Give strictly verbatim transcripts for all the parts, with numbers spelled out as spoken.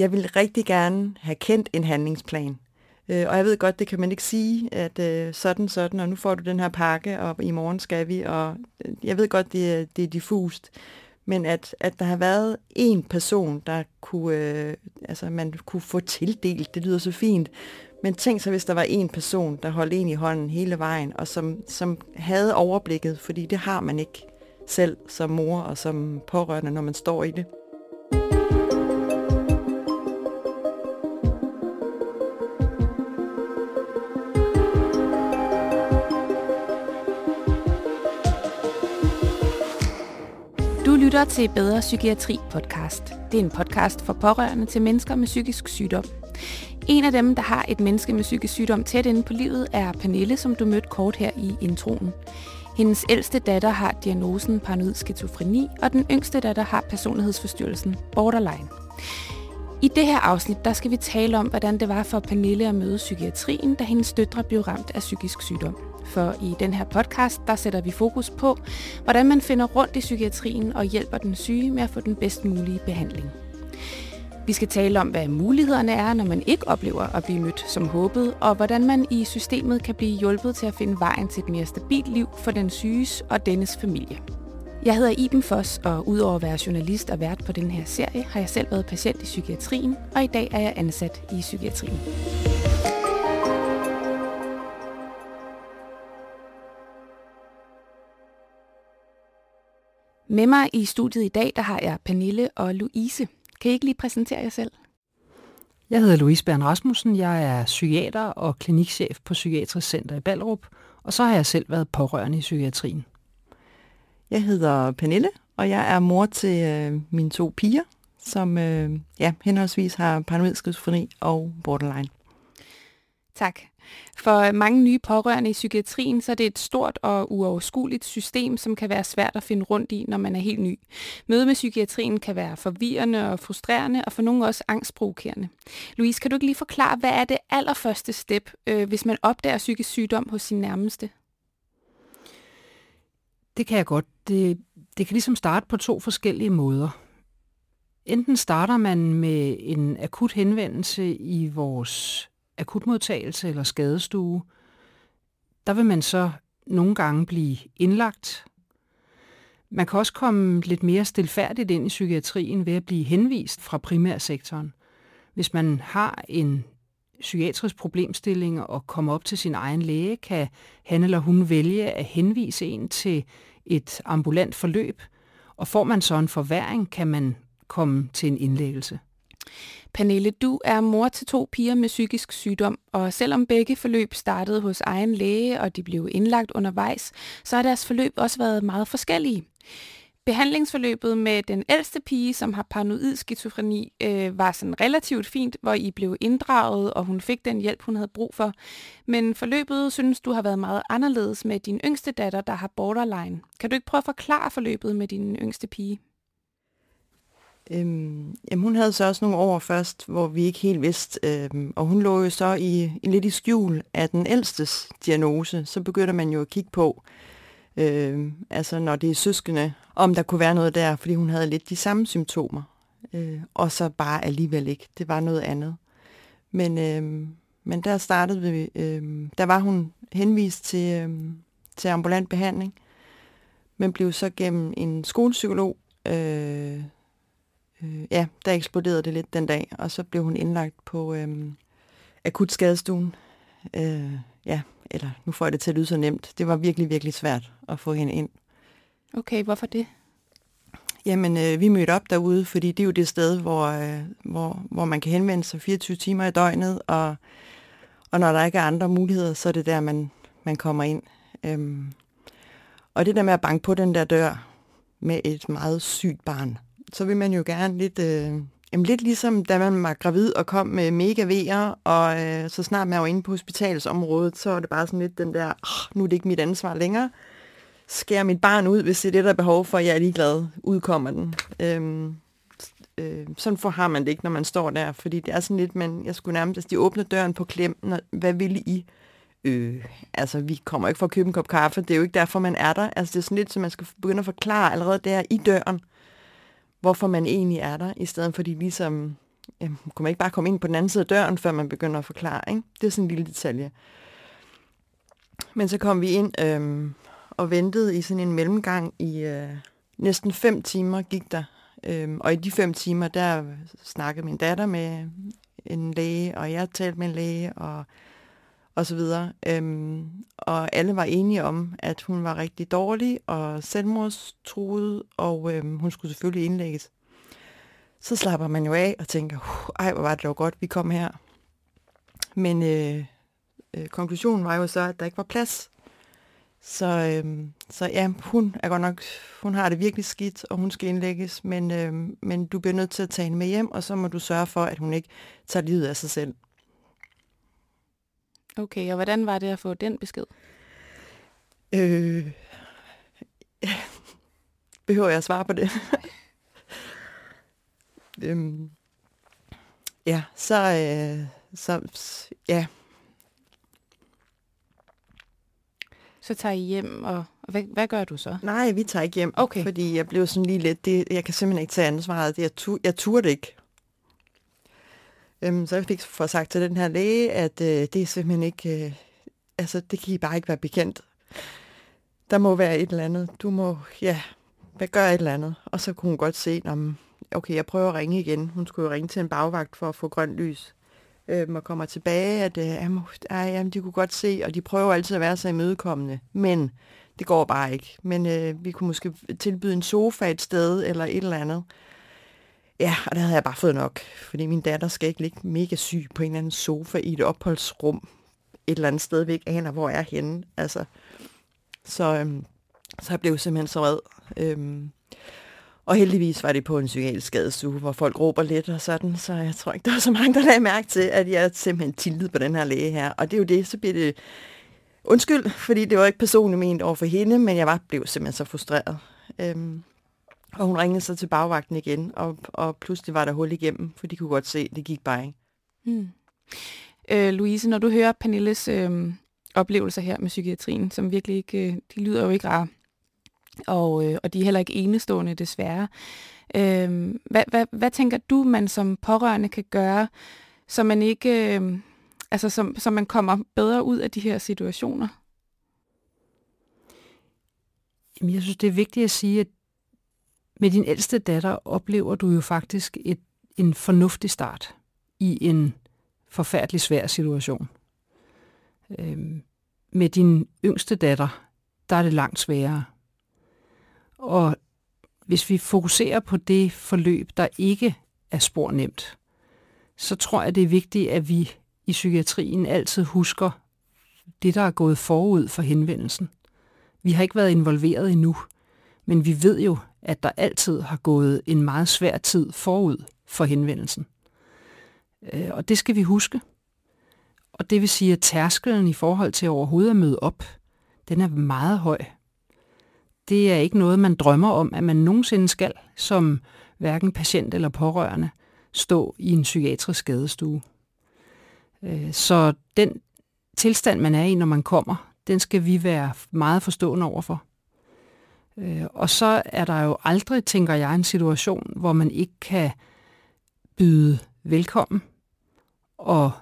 jeg vil rigtig gerne have kendt en handlingsplan. Øh, og jeg ved godt, det kan man ikke sige, at øh, sådan, sådan, og nu får du den her pakke, og i morgen skal vi, og øh, jeg ved godt, det er, det er diffust, men at, at der har været en person, der kunne, øh, altså man kunne få tildelt, det lyder så fint, men tænk så, hvis der var en person, der holdt en i hånden hele vejen, og som, som havde overblikket, fordi det har man ikke selv som mor og som pårørende, når man står i det. Du lytter til Bedre Psykiatri podcast. Det er en podcast for pårørende til mennesker med psykisk sygdom. En af dem, der har et menneske med psykisk sygdom tæt inde på livet, er Pernille, som du mødte kort her i introen. Hendes ældste datter har diagnosen paranoid skizofreni, og den yngste datter har personlighedsforstyrrelsen borderline. I det her afsnit, der skal vi tale om, hvordan det var for Pernille at møde psykiatrien, da hendes døtre blev ramt af psykisk sygdom. For i den her podcast, der sætter vi fokus på, hvordan man finder rundt i psykiatrien og hjælper den syge med at få den bedst mulige behandling. Vi skal tale om, hvad mulighederne er, når man ikke oplever at blive mødt som håbet, og hvordan man i systemet kan blive hjulpet til at finde vejen til et mere stabilt liv for den syges og dennes familie. Jeg hedder Iben Foss, og udover at være journalist og vært på den her serie, har jeg selv været patient i psykiatrien, og i dag er jeg ansat i psykiatrien. Med mig i studiet i dag, der har jeg Pernille og Louise. Kan I ikke lige præsentere jer selv? Jeg hedder Louise Bern Rasmussen. Jeg er psykiater og klinikchef på Psykiatrisk Center i Ballerup, og så har jeg selv været pårørende i psykiatrien. Jeg hedder Pernille, og jeg er mor til øh, mine to piger, som øh, ja, henholdsvis har paranoid skizofreni og borderline. Tak. For mange nye pårørende i psykiatrien, så er det et stort og uoverskueligt system, som kan være svært at finde rundt i, når man er helt ny. Mødet med psykiatrien kan være forvirrende og frustrerende, og for nogle også angstprovokerende. Louise, kan du ikke lige forklare, hvad er det allerførste step, øh, hvis man opdager psykisk sygdom hos sin nærmeste? Det kan jeg godt. Det, det kan ligesom starte på to forskellige måder. Enten starter man med en akut henvendelse i vores akutmodtagelse eller skadestue. Der vil man så nogle gange blive indlagt. Man kan også komme lidt mere stilfærdigt ind i psykiatrien ved at blive henvist fra primærsektoren. Hvis man har en psykiatrisk problemstilling og kommer op til sin egen læge, kan han eller hun vælge at henvise en til et ambulant forløb, og får man så en forværring, kan man komme til en indlæggelse. Pernille, du er mor til to piger med psykisk sygdom, og selvom begge forløb startede hos egen læge, og de blev indlagt undervejs, så har deres forløb også været meget forskellige. Behandlingsforløbet med den ældste pige, som har paranoid skizofreni, øh, var sådan relativt fint, hvor I blev inddraget, og hun fik den hjælp, hun havde brug for. Men forløbet synes du har været meget anderledes med din yngste datter, der har borderline. Kan du ikke prøve at forklare forløbet med din yngste pige? Øhm, jamen hun havde så også nogle år først, hvor vi ikke helt vidste, øhm, og hun lå jo så i, i lidt i skjul af den ældstes diagnose. Så begynder man jo at kigge på, øhm, altså når det er søskende, om der kunne være noget der, fordi hun havde lidt de samme symptomer. Øh, og så bare alligevel ikke. Det var noget andet. Men, øhm, men der startede vi, øhm, der var hun henvist til, øhm, til ambulant behandling, men blev så gennem en skolepsykolog, øh, Øh, ja, der eksploderede det lidt den dag, og så blev hun indlagt på øhm, akutskadestuen. Øh, ja, eller nu får jeg det til at lyde så nemt. Det var virkelig, virkelig svært at få hende ind. Okay, hvorfor det? Jamen, øh, vi mødte op derude, fordi det er jo det sted, hvor, øh, hvor, hvor man kan henvende sig fireogtyve timer i døgnet, og, og når der ikke er andre muligheder, så er det der, man, man kommer ind. Øhm, og det der med at banke på den der dør med et meget sygt barn, så vil man jo gerne lidt, øh, jamen lidt ligesom da man var gravid og kom med mega vejer, og øh, så snart man var inde på hospitalsområdet, så var det bare sådan lidt den der, oh, nu er det ikke mit ansvar længere. Skærer mit barn ud, hvis det er det, der er behov for, jeg er ligeglad, udkommer den. Øhm, øh, sådan for har man det ikke, når man står der, fordi det er sådan lidt, man, jeg skulle nærmest, altså de åbner døren på klem, når, hvad ville I? Øh, altså, vi kommer ikke for at købe en kop kaffe, det er jo ikke derfor, man er der. Altså, det er sådan lidt, så man skal begynde at forklare allerede der i døren, hvorfor man egentlig er der, i stedet for de ligesom jamen, kunne man ikke bare komme ind på den anden side af døren, før man begynder at forklare, ikke? Det er sådan en lille detalje. Men så kom vi ind øhm, og ventede i sådan en mellemgang i øh, næsten fem timer gik der. Øhm, og i de fem timer, der snakkede min datter med en læge, og jeg talte med en læge, og, og så videre. Øhm, og alle var enige om, at hun var rigtig dårlig og selvmordstruet, og øhm, hun skulle selvfølgelig indlægges. Så slapper man jo af og tænker, ej, hvor var det dog godt, vi kom her. Men øh, øh, konklusionen var jo så, at der ikke var plads. Så, øhm, så ja, hun er godt nok, hun har det virkelig skidt, og hun skal indlægges, men, øhm, men du bliver nødt til at tage hende med hjem, og så må du sørge for, at hun ikke tager livet af sig selv. Okay, og hvordan var det at få den besked? Øh, behøver jeg at svare på det? øhm, ja, så, øh, så, ja. Så tager I hjem, og hvad, hvad gør du så? Nej, vi tager ikke hjem, okay. Fordi jeg blev sådan lige lidt, det, jeg kan simpelthen ikke tage ansvaret, det, jeg, tu, jeg turde ikke. Øhm, så jeg fik for sagt til den her læge, at øh, det er simpelthen ikke, øh, altså det kan I bare ikke være bekendt. Der må være et eller andet, du må, ja, hvad gør et eller andet? Og så kunne hun godt se, om, okay, jeg prøver at ringe igen. Hun skulle jo ringe til en bagvagt for at få grønt lys. Øhm, og kommer tilbage, at øh, jamen, jamen, de kunne godt se, og de prøver altid at være så imødekommende, men det går bare ikke. Men øh, vi kunne måske tilbyde en sofa et sted, eller et eller andet. Ja, og der havde jeg bare fået nok, fordi min datter skal ikke ligge mega syg på en eller anden sofa i et opholdsrum, et eller andet sted, vi ikke aner, hvor jeg er henne. Altså, så, øhm, så jeg blev simpelthen så vred. Øhm, Og heldigvis var det på en psykiatrisk skadestue, hvor folk råber lidt og sådan, så jeg tror ikke, der var så mange, der lagde mærke til, at jeg simpelthen tillede på den her læge her. Og det er jo det, så bliver det undskyld, fordi det var ikke personligt ment over for hende, men jeg var, blev simpelthen så frustreret. Øhm, og hun ringede så til bagvagten igen, og, og pludselig var der hul igennem, for de kunne godt se, at det gik bare ikke. Hmm. Øh, Louise, når du hører Pernilles øh, oplevelser her med psykiatrien, som virkelig ikke, øh, de lyder jo ikke rare, Og, øh, og de er heller ikke enestående, desværre. Øh, hvad, hvad, hvad tænker du, man som pårørende kan gøre, så man ikke, øh, altså som, så man kommer bedre ud af de her situationer? Jamen, jeg synes, det er vigtigt at sige, at med din ældste datter oplever du jo faktisk et, en fornuftig start i en forfærdelig svær situation. Øh, med din yngste datter, der er det langt sværere. Og hvis vi fokuserer på det forløb, der ikke er spor nemt, så tror jeg, det er vigtigt, at vi i psykiatrien altid husker det, der er gået forud for henvendelsen. Vi har ikke været involveret endnu, men vi ved jo, at der altid har gået en meget svær tid forud for henvendelsen. Og det skal vi huske. Og det vil sige, at tærskelen i forhold til overhovedet at møde op, den er meget høj. Det er ikke noget, man drømmer om, at man nogensinde skal, som hverken patient eller pårørende, stå i en psykiatrisk skadestue. Så den tilstand, man er i, når man kommer, den skal vi være meget forstående overfor. Og så er der jo aldrig, tænker jeg, en situation, hvor man ikke kan byde velkommen og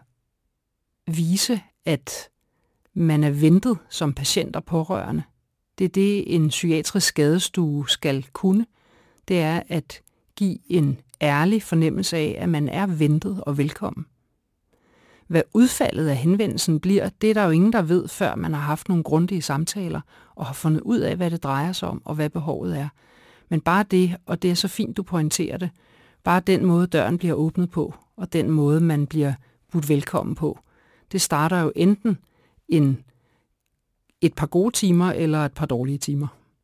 vise, at man er ventet som patient og pårørende. Det er det, en psykiatrisk skadestue skal kunne. Det er at give en ærlig fornemmelse af, at man er ventet og velkommen. Hvad udfaldet af henvendelsen bliver, det er der jo ingen, der ved, før man har haft nogle grundige samtaler og har fundet ud af, hvad det drejer sig om og hvad behovet er. Men bare det, og det er så fint, du pointerer det, bare den måde, døren bliver åbnet på, og den måde, man bliver budt velkommen på, det starter jo enten en et par gode timer eller et par dårlige timer.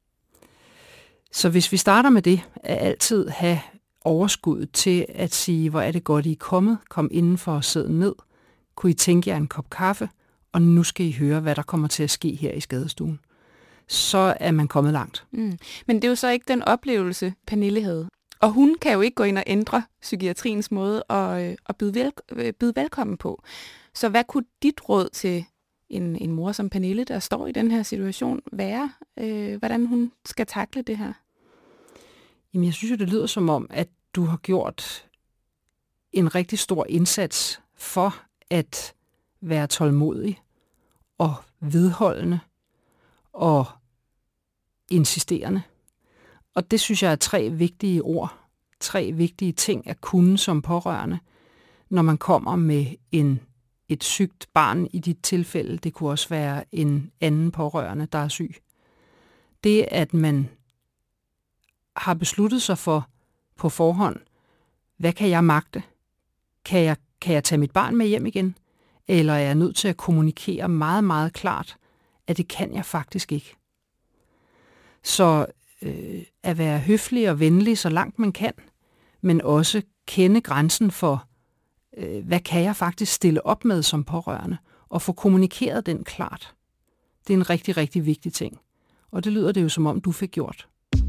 Så hvis vi starter med det, at altid have overskud til at sige, hvor er det godt, I er kommet, kom indenfor og sidde ned, kunne I tænke jer en kop kaffe, og nu skal I høre, hvad der kommer til at ske her i skadestuen. Så er man kommet langt. Mm. Men det er jo så ikke den oplevelse, Pernille havde. Og hun kan jo ikke gå ind og ændre psykiatriens måde at, at byde, vel, byde velkommen på. Så hvad kunne dit råd til en, en mor som Pernille, der står i den her situation, være? Øh, hvordan hun skal takle det her? Jamen, jeg synes jo, det lyder som om, at du har gjort en rigtig stor indsats for at være tålmodig og vedholdende og insisterende. Og det synes jeg er tre vigtige ord, tre vigtige ting at kunne som pårørende, når man kommer med en, et sygt barn i dit tilfælde. Det kunne også være en anden pårørende, der er syg. Det, at man har besluttet sig for på forhånd, hvad kan jeg magte? Kan jeg, kan jeg tage mit barn med hjem igen? Eller er jeg nødt til at kommunikere meget, meget klart, at det kan jeg faktisk ikke? Så øh, at være høflig og venlig så langt man kan, men også kende grænsen for, øh, hvad kan jeg faktisk stille op med som pårørende, og få kommunikeret den klart. Det er en rigtig, rigtig vigtig ting. Og det lyder det jo som om, du fik gjort.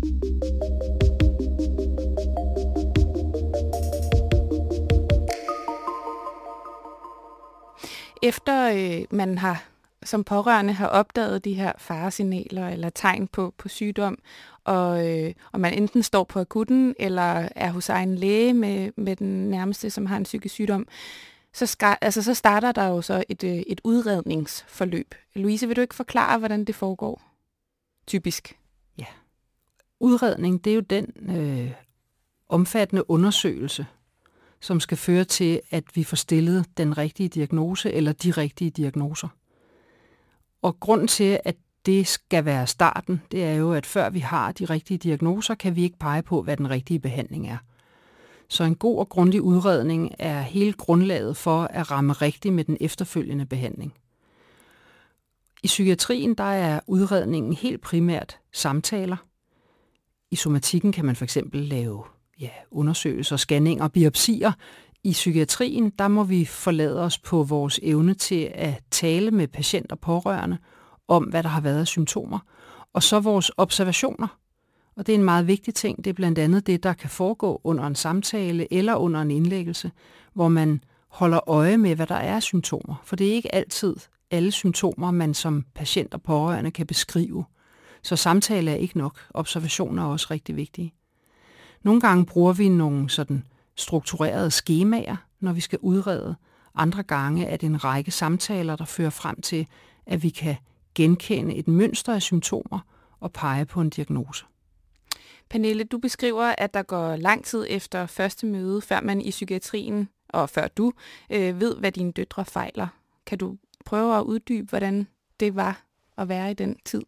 Efter øh, man har som pårørende har opdaget de her faresignaler eller tegn på, på sygdom, og, øh, og man enten står på akutten eller er hos egen læge med, med den nærmeste, som har en psykisk sygdom, så, skal, altså, så starter der jo så et, et udredningsforløb. Louise, vil du ikke forklare, hvordan det foregår? Typisk. Ja. Udredning, det er jo den øh, omfattende undersøgelse, som skal føre til, at vi får stillet den rigtige diagnose eller de rigtige diagnoser. Og grunden til, at det skal være starten, det er jo, at før vi har de rigtige diagnoser, kan vi ikke pege på, hvad den rigtige behandling er. Så en god og grundig udredning er hele grundlaget for at ramme rigtigt med den efterfølgende behandling. I psykiatrien, der er udredningen helt primært samtaler. I somatikken kan man for eksempel lave ja, undersøgelser, scanninger, biopsier. I psykiatrien, der må vi forlade os på vores evne til at tale med patient og pårørende om, hvad der har været af symptomer. Og så vores observationer. Og det er en meget vigtig ting. Det er blandt andet det, der kan foregå under en samtale eller under en indlæggelse, hvor man holder øje med, hvad der er af symptomer. For det er ikke altid alle symptomer, man som patient og pårørende kan beskrive. Så samtale er ikke nok. Observationer er også rigtig vigtige. Nogle gange bruger vi nogle sådan strukturerede skemaer, når vi skal udrede. Andre gange er det en række samtaler, der fører frem til, at vi kan genkende et mønster af symptomer og pege på en diagnose. Pernille, du beskriver, at der går lang tid efter første møde, før man i psykiatrien, og før du, øh, ved, hvad dine døtre fejler. Kan du prøve at uddybe, hvordan det var at være i den tid?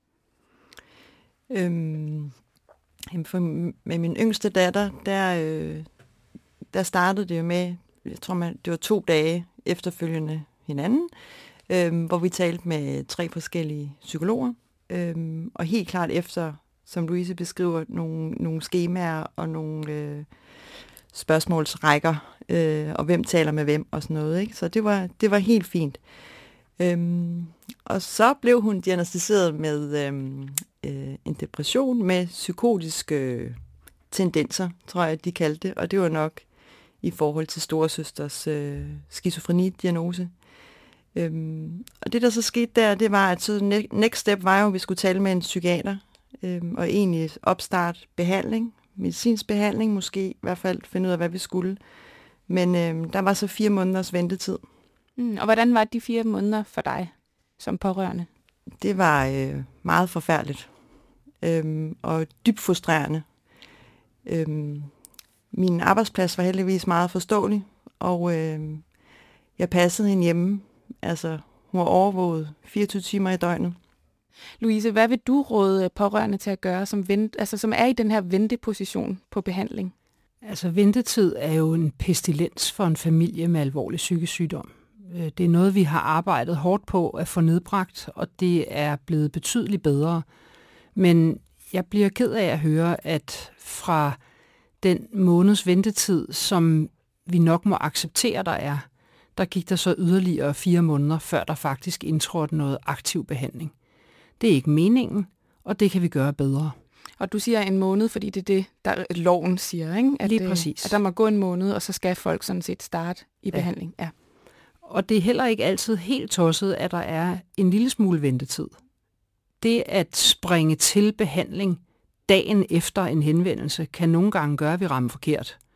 Øhm, for, med min yngste datter, der, øh, der startede det jo med, jeg tror man, det var to dage efterfølgende hinanden, øh, hvor vi talte med tre forskellige psykologer, øh, og helt klart efter, som Louise beskriver, nogle, nogle skemaer og nogle øh, spørgsmålsrækker, øh, og hvem taler med hvem og sådan noget, ikke? Så det var, det var helt fint. Øhm, og så blev hun diagnosticeret med øhm, øh, en depression med psykotiske tendenser, tror jeg, de kaldte det, og det var nok i forhold til storesøsters øh, skizofreni-diagnose. Øhm, og det, der så skete der, det var, at så next step var jo, at vi skulle tale med en psykiater, øhm, og egentlig opstarte behandling, medicinsk behandling, måske i hvert fald finde ud af, hvad vi skulle. Men øhm, der var så fire måneders ventetid. Mm, og hvordan var de fire måneder for dig som pårørende? Det var øh, meget forfærdeligt øhm, og dybt frustrerende. Øhm, min arbejdsplads var heldigvis meget forståelig, og øh, jeg passede hende hjemme. Altså, hun var overvåget fireogtyve timer i døgnet. Louise, hvad vil du råde pårørende til at gøre, som, vent, altså, som er i den her venteposition på behandling? Altså, ventetid er jo en pestilens for en familie med alvorlig psykisk sygdom. Det er noget, vi har arbejdet hårdt på at få nedbragt, og det er blevet betydeligt bedre. Men jeg bliver ked af at høre, at fra den måneds ventetid, som vi nok må acceptere, der er, der gik der så yderligere fire måneder, før der faktisk indtrådte noget aktiv behandling. Det er ikke meningen, og det kan vi gøre bedre. Og du siger en måned, fordi det er det, der loven siger, ikke? At, Lige præcis. At der må gå en måned, og så skal folk sådan set starte i ja. behandling. Ja. Og det er heller ikke altid helt tosset, at der er en lille smule ventetid. Det at springe til behandling dagen efter en henvendelse, kan nogle gange gøre, at vi rammer forkert.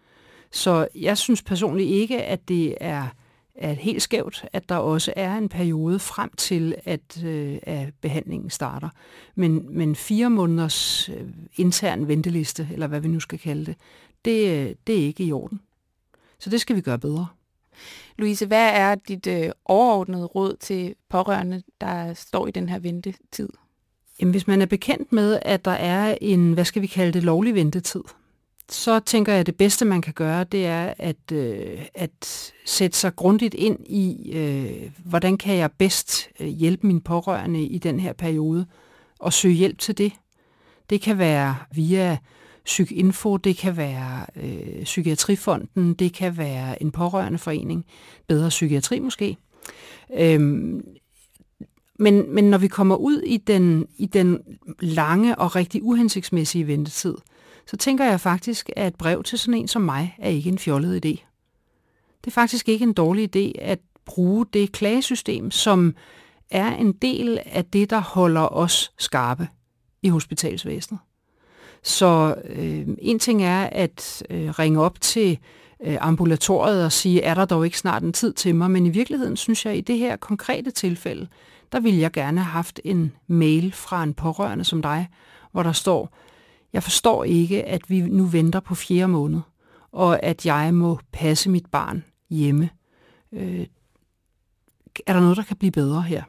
Så jeg synes personligt ikke, at det er, er helt skævt, at der også er en periode frem til, at, øh, at behandlingen starter. Men, men fire måneders øh, intern venteliste, eller hvad vi nu skal kalde det, det, det er ikke i orden. Så det skal vi gøre bedre. Louise, hvad er dit øh, overordnede råd til pårørende, der står i den her ventetid? Jamen, hvis man er bekendt med, at der er en, hvad skal vi kalde det, lovlig ventetid, så tænker jeg, at det bedste, man kan gøre, det er at, øh, at sætte sig grundigt ind i, øh, hvordan kan jeg bedst hjælpe mine pårørende i den her periode, og søge hjælp til det. Det kan være via PsykInfo, det kan være øh, Psykiatrifonden, det kan være en pårørendeforening, Bedre Psykiatri måske. Øhm, men, men når vi kommer ud i den, i den lange og rigtig uhensigtsmæssige ventetid, så tænker jeg faktisk, at et brev til sådan en som mig er ikke en fjollet idé. Det er faktisk ikke en dårlig idé at bruge det klagesystem, som er en del af det, der holder os skarpe i hospitalsvæsenet. Så øh, en ting er at øh, ringe op til øh, ambulatoriet og sige, er der dog ikke snart en tid til mig? Men i virkeligheden synes jeg, at i det her konkrete tilfælde, der ville jeg gerne have haft en mail fra en pårørende som dig, hvor der står, jeg forstår ikke, at vi nu venter på fjerde måned, og at jeg må passe mit barn hjemme. Øh, er der noget, der kan blive bedre her?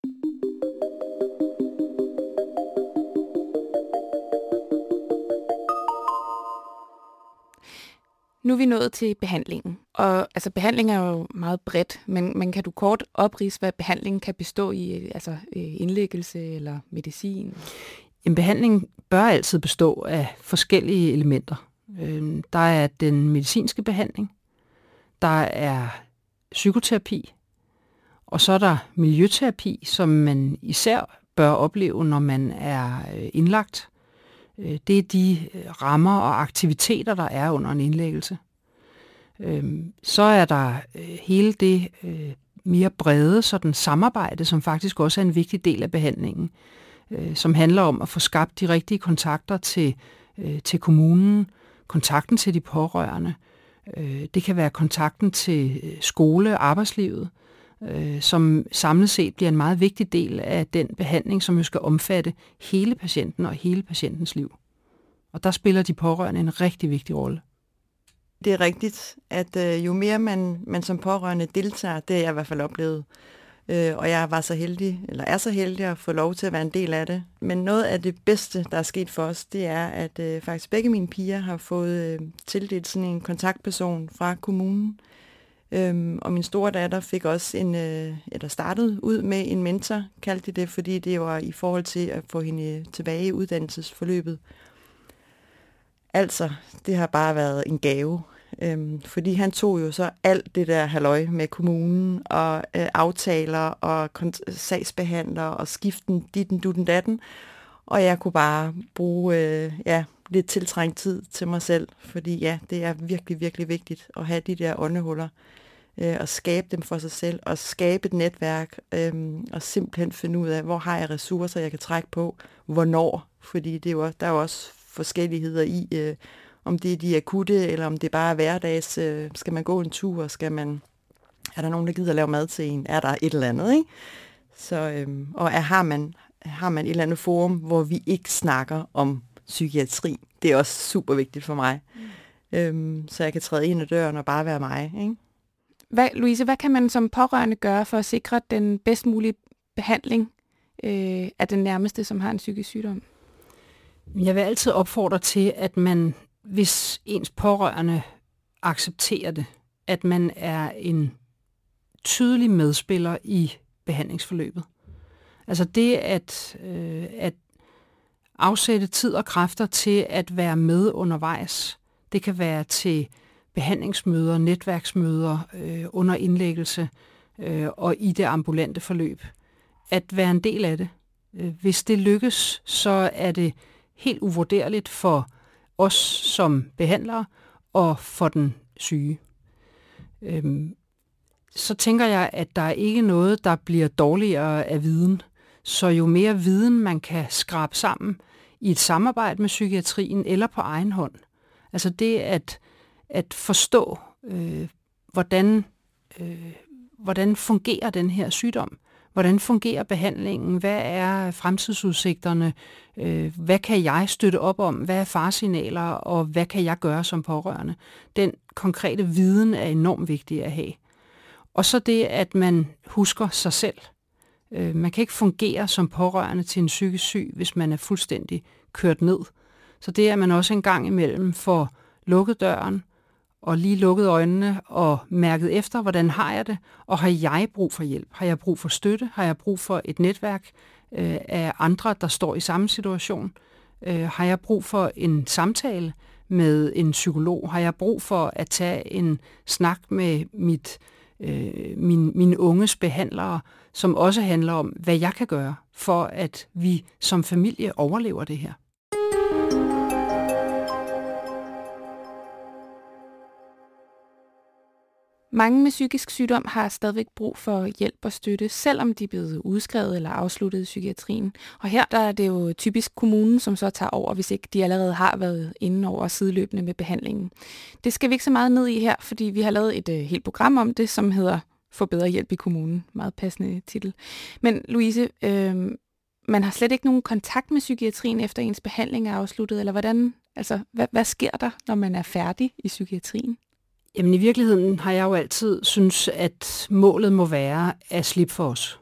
Nu er vi nået til behandlingen, og altså behandling er jo meget bredt, men, men kan du kort opridse, hvad behandlingen kan bestå i, altså indlæggelse eller medicin? En behandling bør altid bestå af forskellige elementer. Der er den medicinske behandling, der er psykoterapi, og så er der miljøterapi, som man især bør opleve, når man er indlagt. Det er de rammer og aktiviteter, der er under en indlæggelse. Så er der hele det mere brede sådan samarbejde, som faktisk også er en vigtig del af behandlingen, som handler om at få skabt de rigtige kontakter til, til kommunen, kontakten til de pårørende. Det kan være kontakten til skole og arbejdslivet, som samlet set bliver en meget vigtig del af den behandling, som jo skal omfatte hele patienten og hele patientens liv. Og der spiller de pårørende en rigtig vigtig rolle. Det er rigtigt, at øh, jo mere man, man som pårørende deltager, det har jeg i hvert fald oplevet, øh, og jeg var så heldig, eller er så heldig at få lov til at være en del af det. Men noget af det bedste, der er sket for os, det er, at øh, faktisk begge mine piger har fået øh, tildelt sådan en kontaktperson fra kommunen. Øhm, og min store datter fik også en, øh, eller startede ud med en mentor, kaldte de det, fordi det var i forhold til at få hende tilbage i uddannelsesforløbet. Altså, det har bare været en gave, øhm, fordi han tog jo så alt det der halløj med kommunen, og øh, aftaler, og kont- sagsbehandler, og skiften, ditten, dutten, datten, og jeg kunne bare bruge øh, ja, lidt tiltrængt tid til mig selv, fordi ja, det er virkelig, virkelig vigtigt at have de der åndehuller, øh, og skabe dem for sig selv, og skabe et netværk, øh, og simpelthen finde ud af, hvor har jeg ressourcer, jeg kan trække på, hvornår, fordi det er jo, der er jo også forskelligheder i, øh, om det er de akutte, eller om det bare er hverdags, øh, skal man gå en tur, skal man, er der nogen, der gider at lave mad til en, er der et eller andet, ikke? Så, øh, og er, har, man, har man et eller andet forum, hvor vi ikke snakker om psykiatri, det er også super vigtigt for mig, mm. øhm, så jeg kan træde ind ad døren og bare være mig, ikke? Hvad, Louise, hvad kan man som pårørende gøre for at sikre den bedst mulige behandling øh, af den nærmeste, som har en psykisk sygdom? Jeg vil altid opfordre til, at man, hvis ens pårørende accepterer det, at man er en tydelig medspiller i behandlingsforløbet. Altså det at, øh, at afsætte tid og kræfter til at være med undervejs. Det kan være til behandlingsmøder, netværksmøder øh, under indlæggelse øh, og i det ambulante forløb. At være en del af det. Hvis det lykkes, så er det helt uvurderligt for os som behandlere og for den syge. Øhm, så tænker jeg, at der er ikke noget, der bliver dårligere af viden. Så jo mere viden man kan skrabe sammen i et samarbejde med psykiatrien eller på egen hånd. Altså det at, at forstå, øh, hvordan, øh, hvordan fungerer den her sygdom. Hvordan fungerer behandlingen? Hvad er fremtidsudsigterne? Øh, hvad kan jeg støtte op om? Hvad er faresignaler? Og hvad kan jeg gøre som pårørende? Den konkrete viden er enormt vigtig at have. Og så det, at man husker sig selv. Øh, man kan ikke fungere som pårørende til en psykisk syg, hvis man er fuldstændig kørt ned. Så det er, at man også en gang imellem får lukket døren, og lige lukket øjnene og mærket efter, hvordan har jeg det, og har jeg brug for hjælp? Har jeg brug for støtte? Har jeg brug for et netværk øh, af andre, der står i samme situation? Øh, har jeg brug for en samtale med en psykolog? Har jeg brug for at tage en snak med mit, øh, min, mine unges behandlere, som også handler om, hvad jeg kan gøre, for at vi som familie overlever det her? Mange med psykisk sygdom har stadigvæk brug for hjælp og støtte, selvom de er blevet udskrevet eller afsluttet i psykiatrien. Og her der er det jo typisk kommunen, som så tager over, hvis ikke de allerede har været inde over sideløbende med behandlingen. Det skal vi ikke så meget ned i her, fordi vi har lavet et uh, helt program om det, som hedder Få bedre hjælp i kommunen. Meget passende titel. Men Louise, øh, man har slet ikke nogen kontakt med psykiatrien efter ens behandling er afsluttet, eller hvordan, altså, hvad, hvad sker der, når man er færdig i psykiatrien? Jamen i virkeligheden har jeg jo altid synes, at målet må være at slippe for os.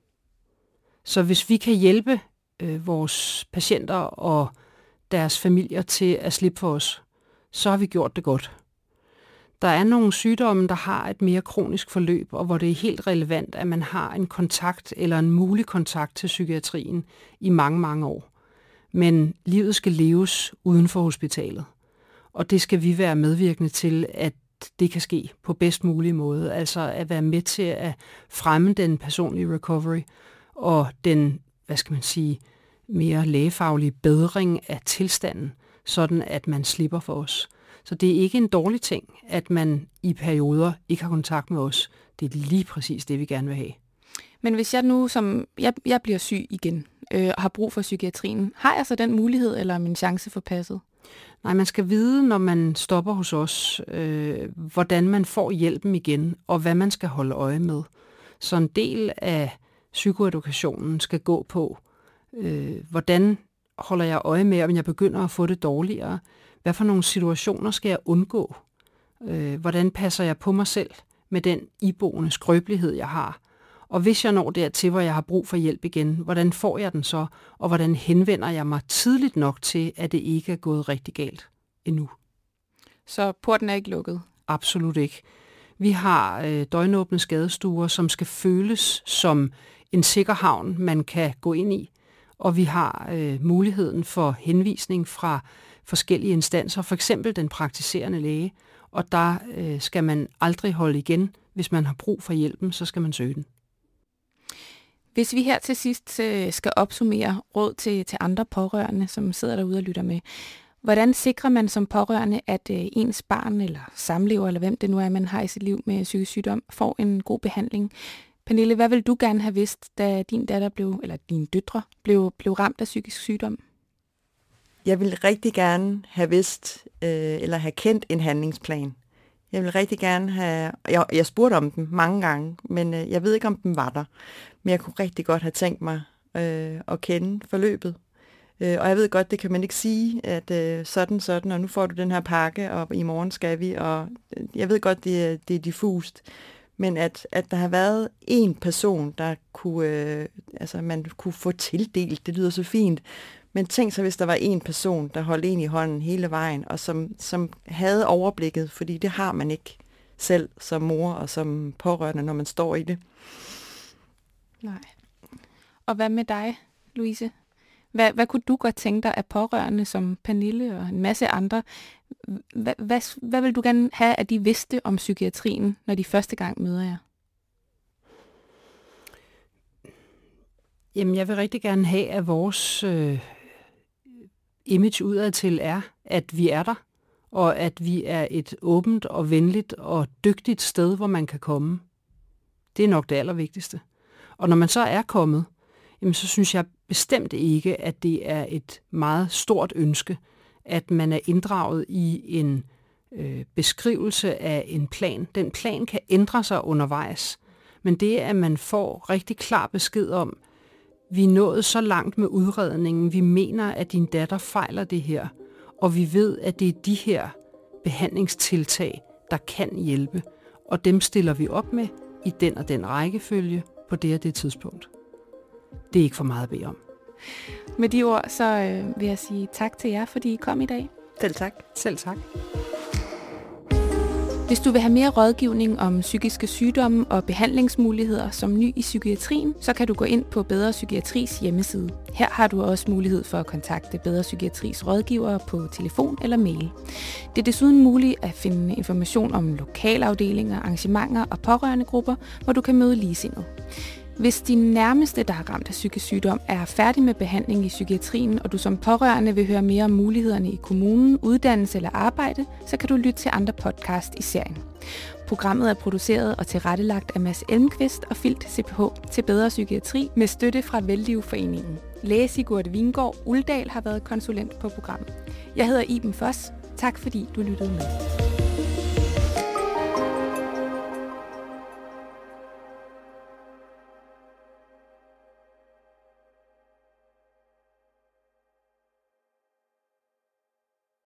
Så hvis vi kan hjælpe øh, vores patienter og deres familier til at slippe for os, så har vi gjort det godt. Der er nogle sygdomme, der har et mere kronisk forløb, og hvor det er helt relevant, at man har en kontakt eller en mulig kontakt til psykiatrien i mange, mange år. Men livet skal leves uden for hospitalet, og det skal vi være medvirkende til, at det kan ske på bedst mulig måde. Altså at være med til at fremme den personlige recovery og den, hvad skal man sige, mere lægefaglige bedring af tilstanden, sådan at man slipper for os. Så det er ikke en dårlig ting, at man i perioder ikke har kontakt med os. Det er lige præcis det, vi gerne vil have. Men hvis jeg nu, som jeg, jeg bliver syg igen øh, og har brug for psykiatrien, har jeg så den mulighed eller min chance for passet? Nej, man skal vide, når man stopper hos os, øh, hvordan man får hjælpen igen, og hvad man skal holde øje med. Så en del af psykoedukationen skal gå på, øh, hvordan holder jeg øje med, om jeg begynder at få det dårligere? Hvad for nogle situationer skal jeg undgå? Øh, hvordan passer jeg på mig selv med den iboende skrøbelighed, jeg har? Og hvis jeg når dertil, hvor jeg har brug for hjælp igen, hvordan får jeg den så? Og hvordan henvender jeg mig tidligt nok til, at det ikke er gået rigtig galt endnu? Så porten er ikke lukket? Absolut ikke. Vi har øh, døgnåbne skadestuer, som skal føles som en sikker havn, man kan gå ind i. Og vi har øh, muligheden for henvisning fra forskellige instanser, for eksempel den praktiserende læge. Og der øh, skal man aldrig holde igen. Hvis man har brug for hjælpen, så skal man søge den. Hvis vi her til sidst skal opsummere råd til, til andre pårørende, som sidder derude og lytter med, hvordan sikrer man som pårørende, at ens barn eller samlever, eller hvem det nu er, man har i sit liv med psykisk sygdom, får en god behandling? Pernille, hvad vil du gerne have vidst, da din datter blev, eller dine døtre blev, blev ramt af psykisk sygdom? Jeg vil rigtig gerne have vidst, øh, eller have kendt en handlingsplan. Jeg vil rigtig gerne have, jeg, jeg spurgte om dem mange gange, men øh, jeg ved ikke, om den var der. Men jeg kunne rigtig godt have tænkt mig øh, at kende forløbet. Øh, og jeg ved godt, det kan man ikke sige, at øh, sådan, sådan, og nu får du den her pakke, og i morgen skal vi, og øh, jeg ved godt, det er, det er diffust. Men at, at der har været en person, der kunne, øh, altså man kunne få tildelt, det lyder så fint, men tænk så, hvis der var en person, der holdt en i hånden hele vejen, og som, som havde overblikket, fordi det har man ikke selv som mor og som pårørende, når man står i det. Nej. Og hvad med dig, Louise? Hvad, hvad kunne du godt tænke dig af pårørende som Pernille og en masse andre? Hvad, hvad, hvad vil du gerne have, at de vidste om psykiatrien, når de første gang møder jer? Jamen, jeg vil rigtig gerne have, at vores øh, image udadtil er, at vi er der, og at vi er et åbent og venligt og dygtigt sted, hvor man kan komme. Det er nok det allervigtigste. Og når man så er kommet, jamen, så synes jeg bestemt ikke, at det er et meget stort ønske, at man er inddraget i en øh, beskrivelse af en plan. Den plan kan ændre sig undervejs, men det, at man får rigtig klar besked om, vi er nået så langt med udredningen, vi mener, at din datter fejler det her, og vi ved, at det er de her behandlingstiltag, der kan hjælpe, og dem stiller vi op med i den og den rækkefølge på det og det tidspunkt. Det er ikke for meget at bede om. Med de ord, så øh, vil jeg sige tak til jer, fordi I kom i dag. Selv tak. Selv tak. Hvis du vil have mere rådgivning om psykiske sygdomme og behandlingsmuligheder som ny i psykiatrien, så kan du gå ind på Bedre Psykiatris hjemmeside. Her har du også mulighed for at kontakte Bedre Psykiatris rådgivere på telefon eller mail. Det er desuden muligt at finde information om lokalafdelinger, arrangementer og pårørendegrupper, hvor du kan møde ligesindede. Hvis din nærmeste, der har ramt af psykisk sygdom, er færdig med behandling i psykiatrien, og du som pårørende vil høre mere om mulighederne i kommunen, uddannelse eller arbejde, så kan du lytte til andre podcast i serien. Programmet er produceret og tilrettelagt af Mads Elmqvist og Filt C P H til Bedre Psykiatri med støtte fra Vellivforeningen. Læge Sigurd Vingård Uldal har været konsulent på programmet. Jeg hedder Iben Foss. Tak fordi du lyttede med.